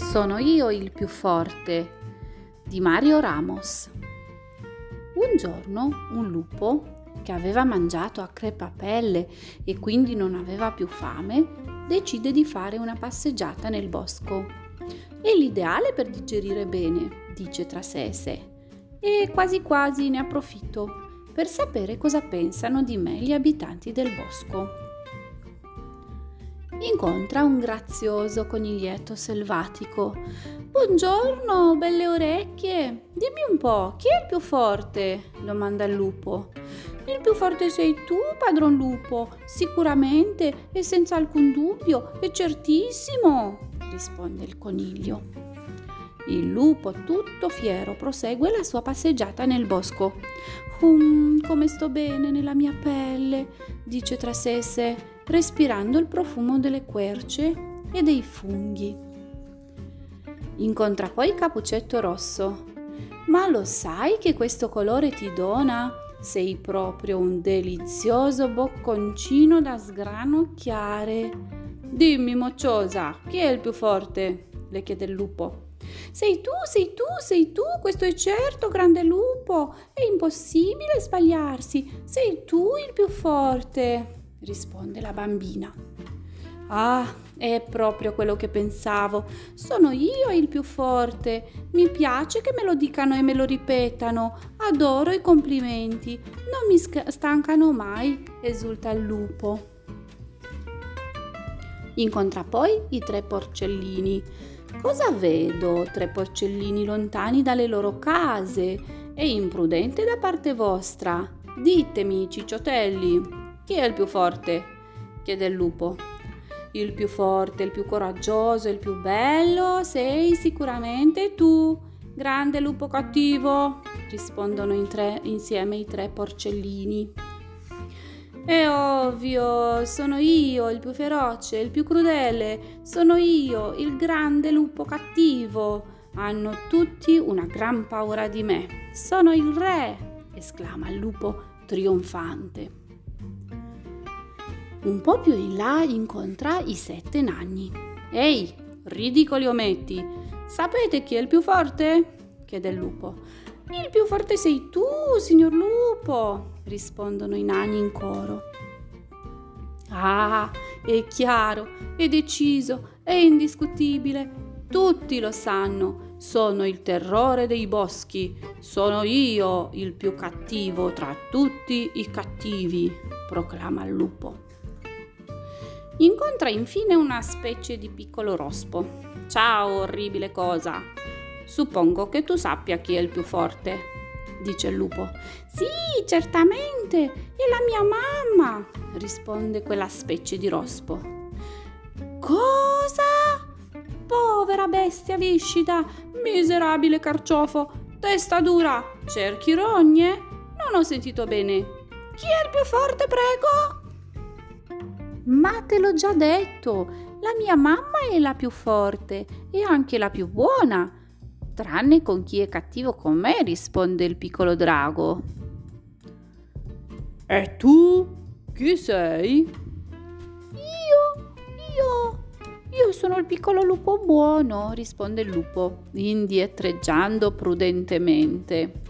Sono io il più forte di Mario Ramos. Un giorno un lupo, che aveva mangiato a crepapelle e quindi non aveva più fame, decide di fare una passeggiata nel bosco. È l'ideale per digerire bene, dice tra sé e sé, e quasi quasi ne approfitto per sapere cosa pensano di me gli abitanti del bosco. Incontra un grazioso coniglietto selvatico. «Buongiorno, belle orecchie! Dimmi un po', chi è il più forte?» domanda il lupo. «Il più forte sei tu, padron lupo, sicuramente e senza alcun dubbio, è certissimo!» risponde il coniglio. Il lupo, tutto fiero, prosegue la sua passeggiata nel bosco. Come sto bene nella mia pelle!» dice tra sé e sé, respirando il profumo delle querce e dei funghi. Incontra poi Capuccetto Rosso. «Ma lo sai che questo colore ti dona? Sei proprio un delizioso bocconcino da sgranocchiare!» «Dimmi, mocciosa, chi è il più forte?» le chiede il lupo. Sei tu, questo è certo, grande lupo, è impossibile sbagliarsi, sei tu il più forte!» risponde la bambina. «Ah, è proprio quello che pensavo, sono io il più forte, mi piace che me lo dicano e me lo ripetano, adoro i complimenti, non mi stancano mai», esulta il lupo. Incontra poi i tre porcellini. «Cosa vedo? Tre porcellini lontani dalle loro case, è imprudente da parte vostra, ditemi, cicciotelli, chi è il più forte?» chiede il lupo. «Il più forte, il più coraggioso, il più bello sei sicuramente tu, grande lupo cattivo», rispondono insieme i tre porcellini. «È ovvio, sono io il più feroce, il più crudele, sono io il grande lupo cattivo, hanno tutti una gran paura di me, sono il re», esclama il lupo trionfante. Un po' più in là incontra i 7 nani. «Ehi, ridicoli ometti, sapete chi è il più forte?» chiede il lupo. «Il più forte sei tu, signor lupo», rispondono i nani in coro. «Ah, è chiaro, è deciso, è indiscutibile, tutti lo sanno, sono il terrore dei boschi, sono io il più cattivo tra tutti i cattivi», proclama il lupo. Incontra infine una specie di piccolo rospo. «Ciao, orribile cosa, suppongo che tu sappia chi è il più forte», dice il lupo. «Sì, certamente, è la mia mamma», risponde quella specie di rospo. «Cosa? Povera bestia viscida, miserabile carciofo, testa dura, cerchi rogne? Non ho sentito bene. Chi è il più forte, prego?» «Ma te l'ho già detto, la mia mamma è la più forte e anche la più buona, tranne con chi è cattivo con me», risponde il piccolo drago. «E tu chi sei?» Io sono il piccolo lupo buono», risponde il lupo, indietreggiando prudentemente.